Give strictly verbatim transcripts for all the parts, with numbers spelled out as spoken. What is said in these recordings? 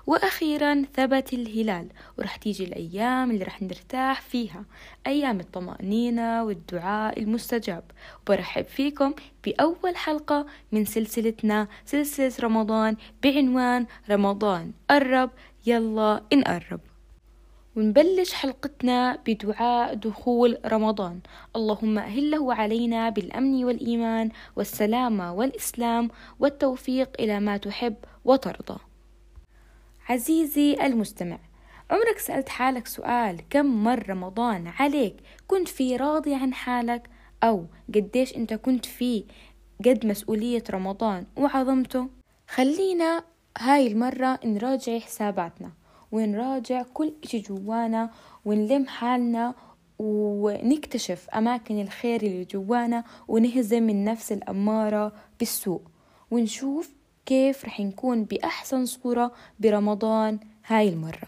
وأخيرا ثبت الهلال، ورح تيجي الأيام اللي رح نرتاح فيها، أيام الطمأنينة والدعاء المستجاب. وبرحب فيكم بأول حلقة من سلسلتنا، سلسلة رمضان، بعنوان رمضان قرب يلا نقرب. ونبلش حلقتنا بدعاء دخول رمضان: اللهم أهله علينا بالأمن والإيمان والسلامة والإسلام والتوفيق إلى ما تحب وترضى. عزيزي المستمع، عمرك سألت حالك سؤال: كم مر رمضان عليك كنت فيه راضي عن حالك؟ أو قديش أنت كنت فيه قد مسؤولية رمضان وعظمته؟ خلينا هاي المرة نراجع حساباتنا ونراجع كل إشي جوانا ونلم حالنا ونكتشف أماكن الخير اللي جوانا ونهزم النفس الأمارة بالسوء، ونشوف كيف رح نكون بأحسن صورة برمضان هاي المرة.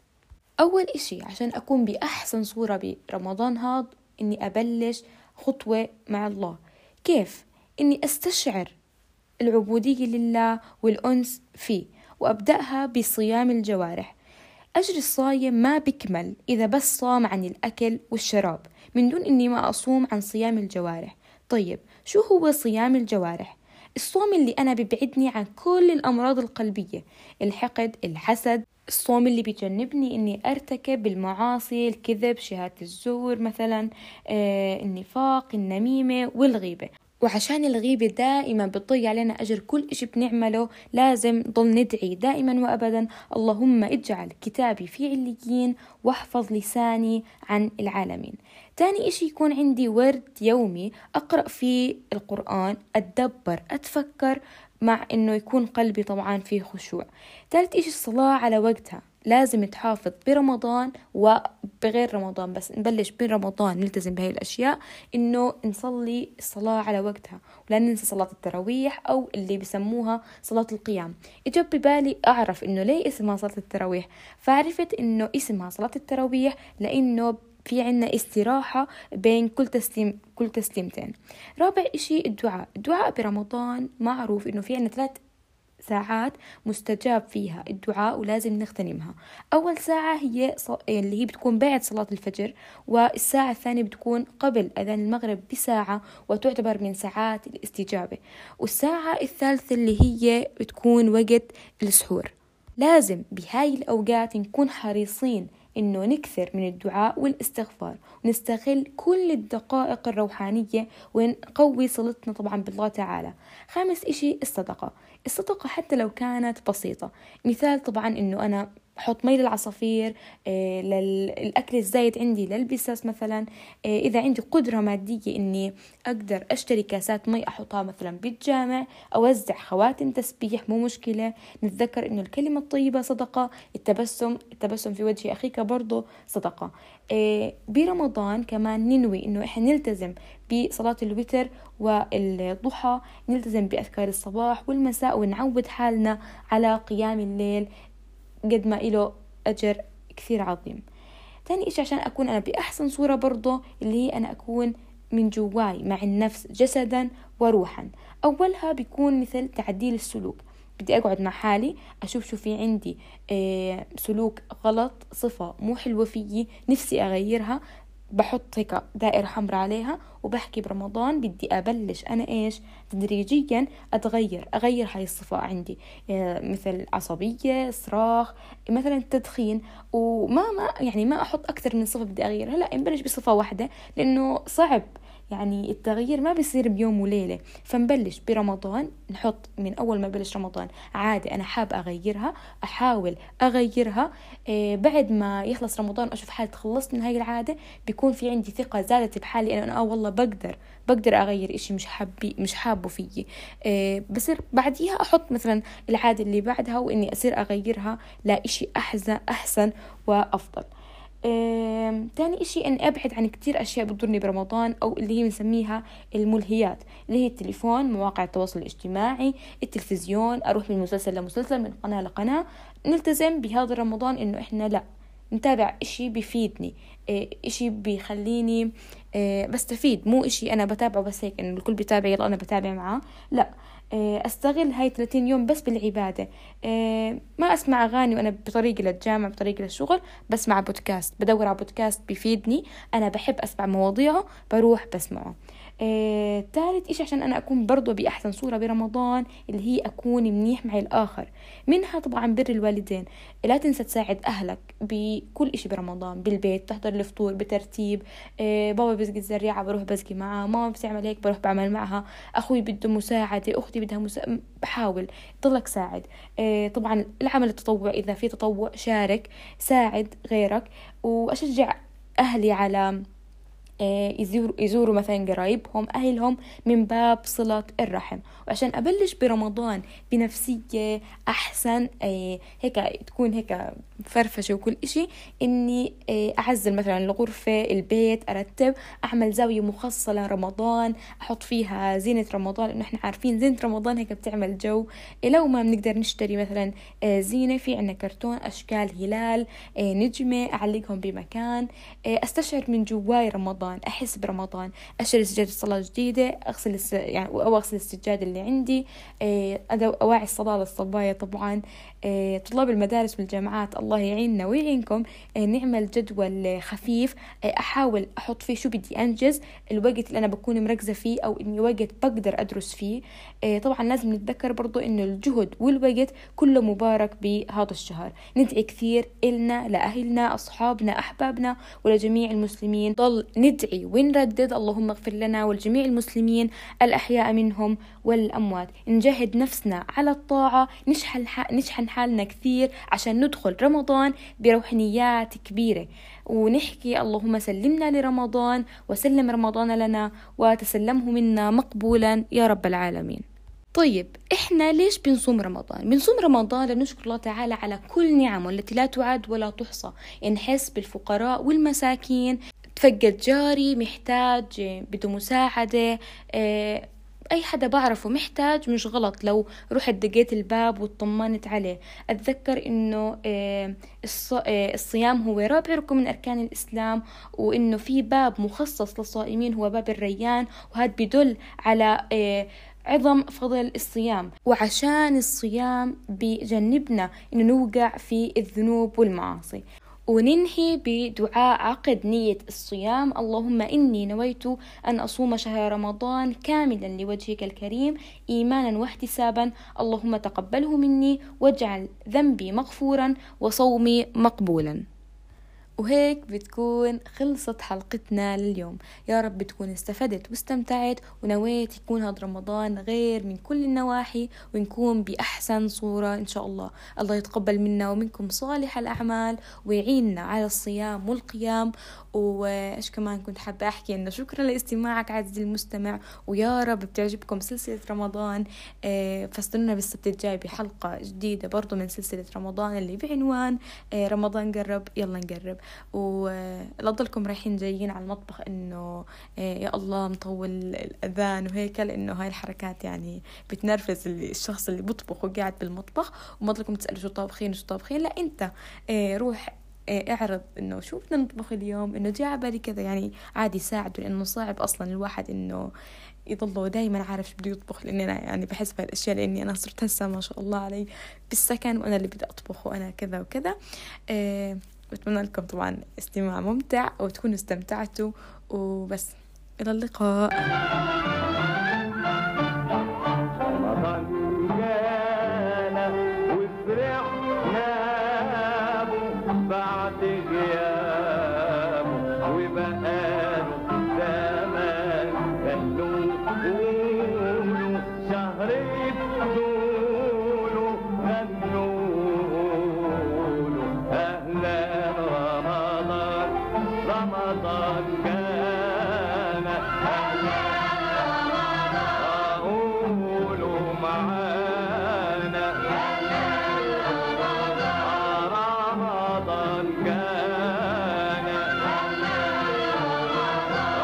أول إشي عشان أكون بأحسن صورة برمضان هاد إني أبلش خطوة مع الله. كيف؟ إني أستشعر العبودية لله والأنس فيه، وأبدأها بصيام الجوارح. أجر الصايم ما بكمل إذا بس صام عن الأكل والشراب من دون إني ما أصوم عن صيام الجوارح. طيب شو هو صيام الجوارح؟ الصوم اللي أنا ببعدني عن كل الأمراض القلبية، الحقد، الحسد. الصوم اللي بيجنبني إني أرتكب المعاصي، الكذب، شهادة الزور مثلا، آه، النفاق، النميمة والغيبة. وعشان الغيبة دائما بتضيع علينا أجر كل إشي بنعمله، لازم ضل ندعي دائما وأبدا: اللهم اجعل كتابي في عليين واحفظ لساني عن العالمين. تاني إشي يكون عندي ورد يومي أقرأ فيه القرآن، أتدبر، أتفكر، مع إنه يكون قلبي طبعا فيه خشوع. ثالث إشي الصلاة على وقتها، لازم تحافظ برمضان وبغير رمضان، بس نبلش برمضان نلتزم بهاي الأشياء، إنه نصلي الصلاة على وقتها ولا ننسى صلاة التراويح أو اللي بسموها صلاة القيام. إجا ببالي أعرف إنه ليه اسمها صلاة التراويح، فعرفت إنه اسمها صلاة التراويح لأنه في عنا استراحة بين كل تسليم كل تسليمتين. رابع إشي الدعاء. الدعاء برمضان معروف إنه في عنا ثلاث ساعات مستجاب فيها الدعاء ولازم نغتنمها. أول ساعة هي ص... اللي هي بتكون بعد صلاة الفجر، والساعة الثانية بتكون قبل أذان المغرب بساعة وتعتبر من ساعات الاستجابة. والساعة الثالثة اللي هي بتكون وقت السحور. لازم بهاي الأوقات نكون حريصين إنه نكثر من الدعاء والاستغفار، ونستغل كل الدقائق الروحانية ونقوي صلتنا طبعا بالله تعالى. خامس إشي الصدقة. الصدقة حتى لو كانت بسيطة، مثال طبعا إنه أنا أحط مي للعصافير، إيه للأكل الزايد عندي للبساس مثلا، إيه إذا عندي قدرة مادية إني أقدر أشتري كاسات مي أحطها مثلا بالجامع، أوزع خواتم تسبيح، مو مشكلة. نتذكر إنه الكلمة الطيبة صدقة، التبسم التبسم في وجه أخيك برضو صدقة. إيه برمضان كمان ننوي إنه إحنا نلتزم بصلاة الوتر والضحى، نلتزم بأذكار الصباح والمساء، ونعود حالنا على قيام الليل قد ما إله أجر كثير عظيم. تاني إيش عشان أكون أنا بأحسن صورة برضو، اللي هي أنا أكون من جواي مع النفس جسدا وروحا. أولها بيكون مثل تعديل السلوك. بدي أقعد مع حالي أشوف شو في عندي آه سلوك غلط، صفة مو حلوة فيي نفسي أغيرها، بحط هيك دائرة حمراء عليها وبحكي برمضان بدي أبلش أنا إيش تدريجيا أتغير أغير هاي الصفة عندي، مثل عصبية، صراخ، مثلا التدخين، وما ما يعني ما أحط أكثر من صفة بدي أغيرها، لا نبلش بصفة واحدة لأنه صعب، يعني التغيير ما بيصير بيوم وليلة. فنبلش برمضان نحط من أول ما بلش رمضان عادة أنا حاب أغيرها، أحاول أغيرها. إيه بعد ما يخلص رمضان أشوف حالي تخلصت من هاي العادة، بيكون في عندي ثقة زادت بحالي أنا آه والله بقدر بقدر أغير إشي مش حابي مش حابه فيي. إيه بصير بعديها أحط مثلا العادة اللي بعدها وإني أصير أغيرها لإشي أحسن أحسن وأفضل. إيه تاني إشي أن أبعد عن كتير أشياء بتضرني برمضان، أو اللي هي بنسميها الملهيات، اللي هي التليفون، مواقع التواصل الاجتماعي، التلفزيون، أروح من مسلسل لمسلسل، من قناة لقناة. نلتزم بهذا رمضان إنه إحنا لا نتابع إشي بيفيدني، إيه إشي بيخليني إيه بستفيد، مو إشي أنا بتابعه بس هيك إنه الكل بيتابع يلا أنا بتابع معاه، لا أستغل هاي ثلاثين يوم بس بالعبادة. ما أسمع أغاني وأنا بطريقي للجامعة، بطريقي للشغل، بسمع بودكاست، بدور على بودكاست بيفيدني، أنا بحب أسمع مواضيعه بروح بسمعه. آه، ثالث إشي عشان أنا أكون برضو بأحسن صورة برمضان اللي هي أكون منيح مع الآخر، منها طبعا بر الوالدين. لا تنسى تساعد أهلك بكل إشي برمضان، بالبيت تحضر الفطور بترتيب. آه، بابا بسقي الزريعة بروح بسقي معاه، ماما بتعمل هيك بروح بعمل معها، أخوي بده مساعدة، أختي بدها مساعدة، بحاول ضلك ساعد. آه، طبعا العمل التطوعي إذا في تطوع شارك، ساعد غيرك. وأشجع أهلي على يزوروا, يزوروا مثلا قرايبهم أهلهم من باب صلة الرحم. وعشان أبلش برمضان بنفسية أحسن، هيك تكون هيك فرفشة وكل إشي، إني أعزل مثلا الغرفة، البيت، أرتب، أعمل زاوية مخصصة لرمضان، أحط فيها زينة رمضان، إنه إحنا عارفين زينة رمضان هيك بتعمل جو. لو ما بنقدر نشتري مثلا زينة، في عنا كرتون أشكال هلال، نجمة أعلقهم بمكان، أستشعر من جواي رمضان، أحس برمضان، أشتري سجادة صلاة جديدة، أغسل الس... يعني أو أغسل السجادة اللي عندي، أواعي الصلاة للصبايا طبعا. طلاب المدارس والجامعات الله يعيننا ويعينكم، نعمل جدول خفيف، أحاول أحط فيه شو بدي أنجز، الوقت اللي أنا بكون مركزة فيه أو إني وقت بقدر أدرس فيه. طبعا لازم نتذكر برضو إنه الجهد والوقت كله مبارك بهذا الشهر. ندعي كثير إلنا، لأهلنا، أصحابنا، أحبابنا، ولجميع المسلمين. ضل ندعي ونردد اللهم اغفر لنا ولجميع المسلمين الأحياء منهم والأموات. نجهد نفسنا على الطاعة، نشحن نشحن حالنا كثير عشان ندخل رمضان بروحانيات كبيرة، ونحكي اللهم سلمنا لرمضان وسلم رمضان لنا وتسلمه منا مقبولا يا رب العالمين. طيب إحنا ليش بنصوم رمضان؟ بنصوم رمضان لنشكر الله تعالى على كل نعمه التي لا تعد ولا تحصى، نحس بالفقراء والمساكين، تفقد جاري محتاج بده مساعدة، أي حدا بعرفه محتاج مش غلط لو رحت دقيت الباب وطمنت عليه. أتذكر إنه الصيام هو رابع ركن من أركان الإسلام، وإنه في باب مخصص للصائمين هو باب الريان، وهذا بيدل على عظم فضل الصيام. وعشان الصيام بيجنبنا إنه نوقع في الذنوب والمعاصي. وننهي بدعاء عقد نية الصيام: اللهم إني نويت أن أصوم شهر رمضان كاملا لوجهك الكريم إيمانا واحتسابا، اللهم تقبله مني واجعل ذنبي مغفورا وصومي مقبولا. وهيك بتكون خلصت حلقتنا لليوم. يا رب تكون استفدت واستمتعت، ونويت يكون هذا رمضان غير من كل النواحي، ونكون بأحسن صورة إن شاء الله. الله يتقبل منا ومنكم صالح الأعمال، ويعيننا على الصيام والقيام. وإيش كمان كنت حابة أحكي إنه شكرا لاستماعك عزيزي المستمع، ويا رب بتعجبكم سلسلة رمضان. فاستنونا بالسبت الجاي بحلقة جديدة برضو من سلسلة رمضان اللي بعنوان رمضان قرب، يلا نقرب. ولا ضلكم رايحين جايين على المطبخ إنه يا الله مطول الأذان وهيك، لأنه هاي الحركات يعني بتنرفز الشخص اللي بيطبخ وقاعد بالمطبخ، وما ضلكم تسألوا شو طابخين شو طابخين. لا، أنت روح اعرض إنه شو بدنا نطبخ اليوم، إنه جاء بالي كذا، يعني عادي ساعدوا، لأنه صعب أصلا الواحد إنه يضلوا دايما عارف شو بده يطبخ. لأني أنا يعني بحس بهالأشياء، لأني أنا صرت هسه ما شاء الله علي بالسكن وأنا اللي بدي أطبخ وأنا كذا وكذا. أه بتمنى لكم طبعا استماع ممتع وتكونوا استمتعتوا، وبس إلى اللقاء. رمضان جانا وفرحنا بعد